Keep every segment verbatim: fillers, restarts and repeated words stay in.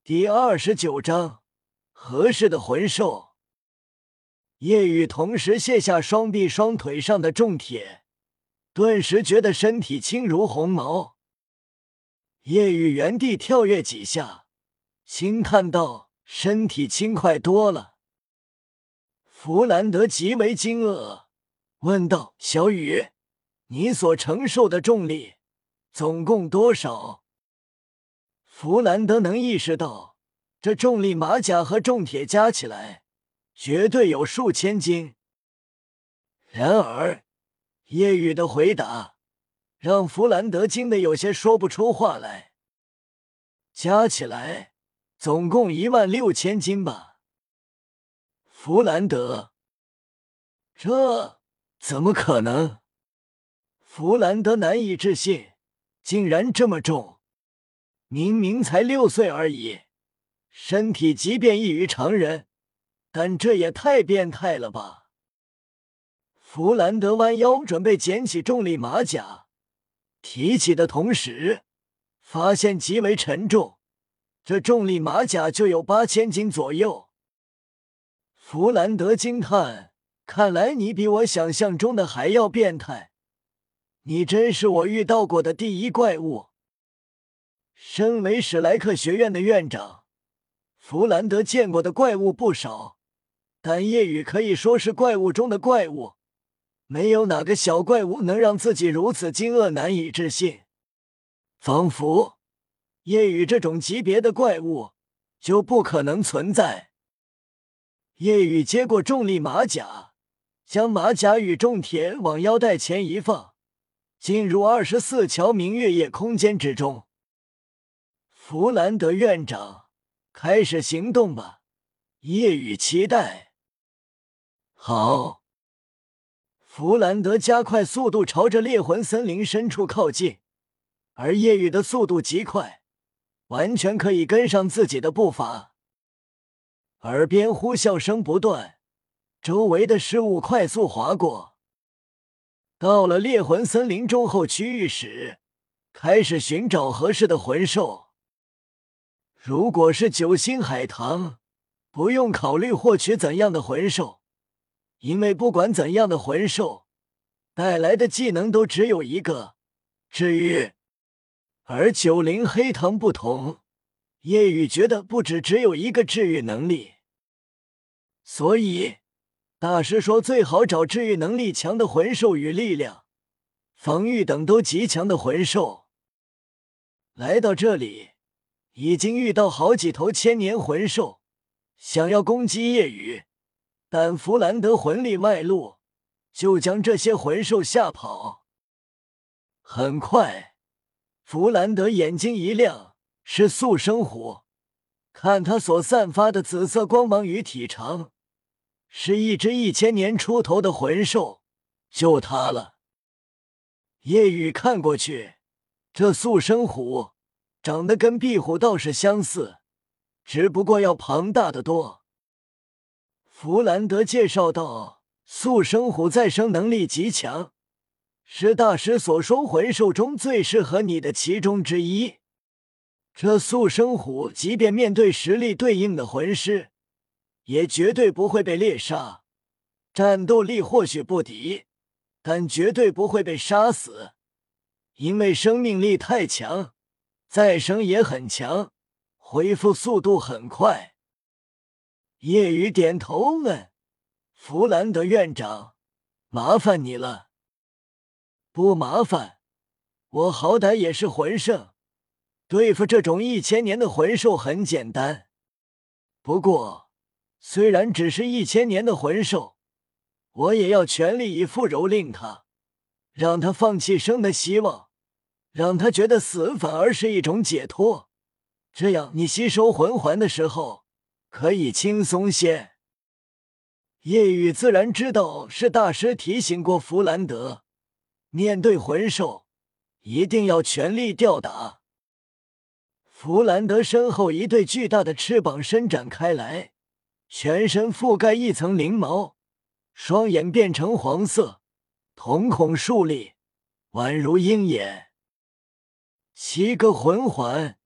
第二十九章合适的魂兽。叶雨同时卸下双臂双腿上的重铁，顿时觉得身体轻如鸿毛。叶雨原地跳跃几下，轻叹道：“身体轻快多了。”弗兰德极为惊愕，问道：“小雨，你所承受的重力总共多少？”弗兰德能意识到，这重力马甲和重铁加起来绝对有数千斤。然而叶雨的回答让弗兰德惊得有些说不出话来。加起来总共一万六千斤吧？弗兰德，这怎么可能？弗兰德难以置信，竟然这么重。明明才六岁而已，身体即便异于常人，但这也太变态了吧！弗兰德弯腰准备捡起重力马甲，提起的同时发现极为沉重，这重力马甲就有八千斤左右。弗兰德惊叹：“看来你比我想象中的还要变态，你真是我遇到过的第一怪物。”身为史莱克学院的院长，弗兰德见过的怪物不少，但叶雨可以说是怪物中的怪物，没有哪个小怪物能让自己如此惊愕难以置信。仿佛叶雨这种级别的怪物就不可能存在。叶雨接过重力马甲，将马甲与重铁往腰带前一放，进入二十四桥明月夜空间之中。弗兰德院长，开始行动吧，叶雨期待。好。弗兰德加快速度朝着猎魂森林深处靠近，而叶雨的速度极快，完全可以跟上自己的步伐。耳边呼啸声不断，周围的事物快速划过。到了猎魂森林中后区域时，开始寻找合适的魂兽。如果是九星海棠，不用考虑获取怎样的魂兽，因为不管怎样的魂兽带来的技能都只有一个，治愈。而九灵黑藤不同，叶雨觉得不止只有一个治愈能力，所以大师说最好找治愈能力强的魂兽与力量、防御等都极强的魂兽。来到这里已经遇到好几头千年魂兽，想要攻击叶雨，但弗兰德魂力外露，就将这些魂兽吓跑。很快，弗兰德眼睛一亮，是速生虎。看他所散发的紫色光芒与体长，是一只一千年出头的魂兽，就他了。叶雨看过去，这速生虎长得跟壁虎倒是相似，只不过要庞大得多。弗兰德介绍道，速生虎再生能力极强，是大师所说魂兽中最适合你的其中之一。这速生虎即便面对实力对应的魂师，也绝对不会被猎杀，战斗力或许不敌，但绝对不会被杀死，因为生命力太强，再生也很强，恢复速度很快。叶雨点头问：“弗兰德院长，麻烦你了。”不麻烦，我好歹也是魂圣，对付这种一千年的魂兽很简单。不过，虽然只是一千年的魂兽，我也要全力以赴蹂躏他，让他放弃生的希望，让他觉得死反而是一种解脱，这样你吸收魂环的时候可以轻松些。叶雨自然知道是大师提醒过弗兰德，面对魂兽一定要全力吊打。弗兰德身后一对巨大的翅膀伸展开来，全身覆盖一层鳞毛，双眼变成黄色，瞳孔竖立，宛如鹰眼。七个魂环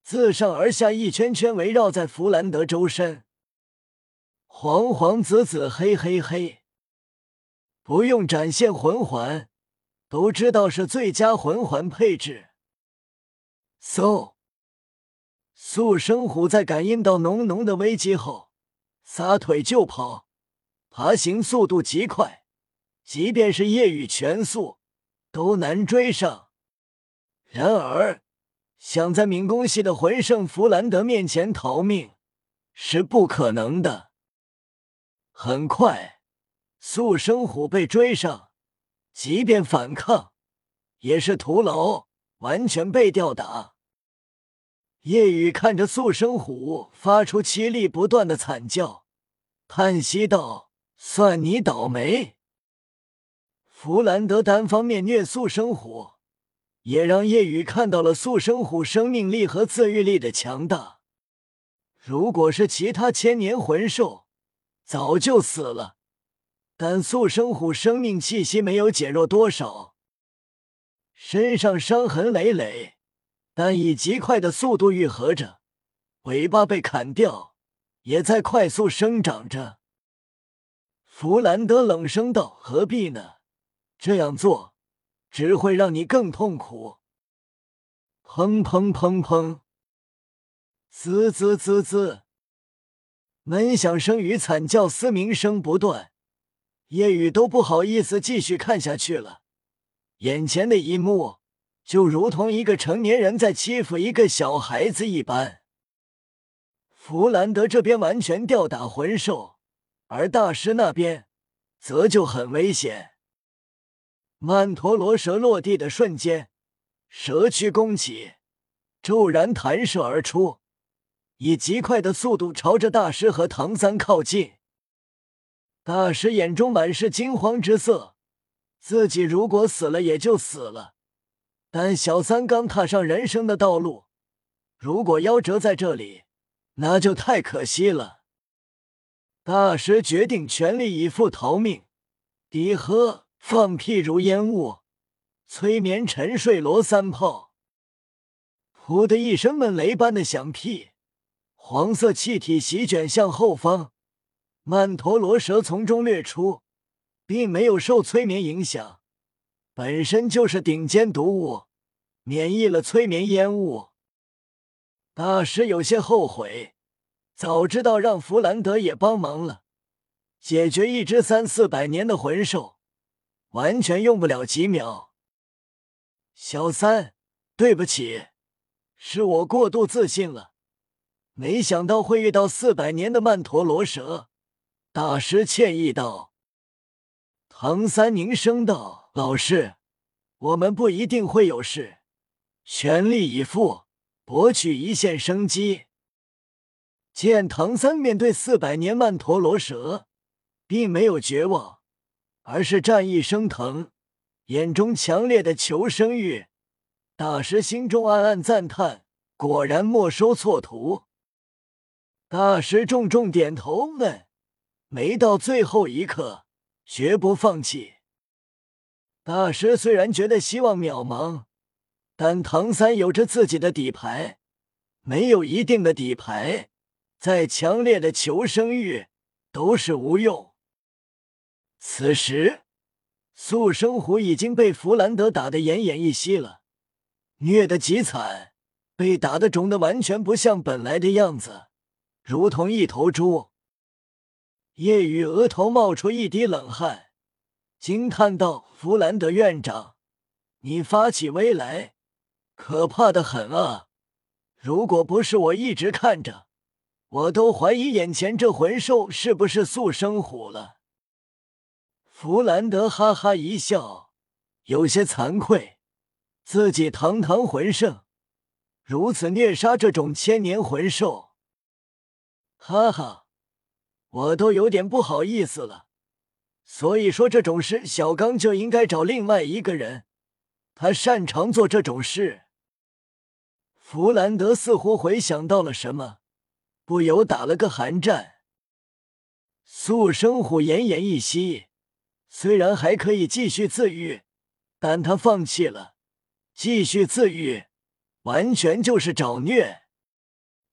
自上而下一圈圈围绕在弗兰德周身。黄黄紫紫黑黑黑，不用展现魂环都知道是最佳魂环配置。嗖！速生虎在感应到浓浓的危机后，撒腿就跑，爬行速度极快，即便是夜雨全速都难追上。然而，想在敏攻系的魂圣弗兰德面前逃命是不可能的。很快，速生虎被追上，即便反抗也是徒劳，完全被吊打。夜雨看着速生虎发出凄厉不断的惨叫，叹息道：算你倒霉。弗兰德单方面虐速生虎，也让夜雨看到了速生虎生命力和自愈力的强大。如果是其他千年魂兽，早就死了，但速生虎生命气息没有减弱多少，身上伤痕累累，但以极快的速度愈合着，尾巴被砍掉，也在快速生长着。弗兰德冷声道：何必呢？这样做只会让你更痛苦。砰砰砰砰，滋滋滋滋，闷响声与惨叫嘶鸣声不断，夜雨都不好意思继续看下去了。眼前的一幕就如同一个成年人在欺负一个小孩子一般。弗兰德这边完全吊打魂兽，而大师那边则就很危险。曼陀罗蛇落地的瞬间，蛇躯弓起，骤然弹射而出，以极快的速度朝着大师和唐三靠近。大师眼中满是惊慌之色，自己如果死了也就死了，但小三刚踏上人生的道路，如果夭折在这里，那就太可惜了。大师决定全力以赴逃命，迪呵，放屁如烟雾，催眠沉睡罗三炮。噗的一声闷雷般的响屁，黄色气体席卷向后方，曼陀罗蛇从中掠出，并没有受催眠影响，本身就是顶尖毒物，免疫了催眠烟雾。大师有些后悔，早知道让弗兰德也帮忙了，解决一只三四百年的魂兽，完全用不了几秒。小三，对不起，是我过度自信了，没想到会遇到四百年的曼陀罗蛇。大师歉意道。唐三凝声道：老师，我们不一定会有事，全力以赴，博取一线生机。见唐三面对四百年曼陀罗蛇，并没有绝望，而是战意升腾，眼中强烈的求生欲。大师心中暗暗赞叹，果然没收错徒。大师重重点头，问：没到最后一刻，绝不放弃。大师虽然觉得希望渺茫，但唐三有着自己的底牌，没有一定的底牌，再强烈的求生欲都是无用。此时，速生虎已经被弗兰德打得奄奄一息了，虐得极惨，被打得肿得完全不像本来的样子，如同一头猪。叶雨额头冒出一滴冷汗，惊叹道：弗兰德院长，你发起威来可怕得很啊，如果不是我一直看着，我都怀疑眼前这魂兽是不是速生虎了。弗兰德哈哈一笑，有些惭愧，自己堂堂魂圣，如此虐杀这种千年魂兽。哈哈，我都有点不好意思了。所以说这种事小刚就应该找另外一个人，他擅长做这种事。弗兰德似乎回想到了什么，不由打了个寒战。速生虎奄奄一息，虽然还可以继续自愈，但他放弃了。继续自愈，完全就是找虐。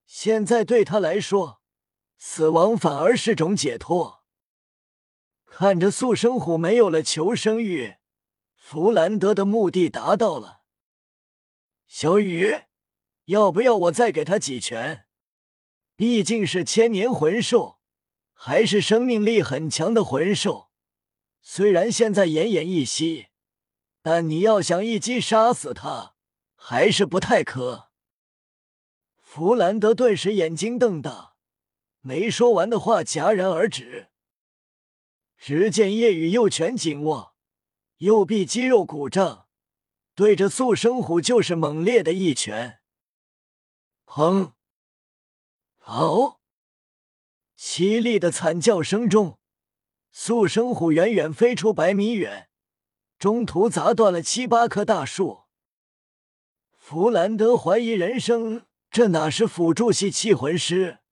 现在对他来说，死亡反而是种解脱。看着速生虎没有了求生欲，弗兰德的目的达到了。小雨，要不要我再给他几拳？毕竟是千年魂兽，还是生命力很强的魂兽。虽然现在奄奄一息，但你要想一击杀死他，还是不太可。弗兰德顿时眼睛瞪大，没说完的话戛然而止。只见夜雨右拳紧握，右臂肌肉鼓胀，对着速生虎就是猛烈的一拳。砰！好！凄厉的惨叫声中，速生虎远远飞出百米远，中途砸断了七八棵大树。弗兰德怀疑人生，这哪是辅助系气魂师，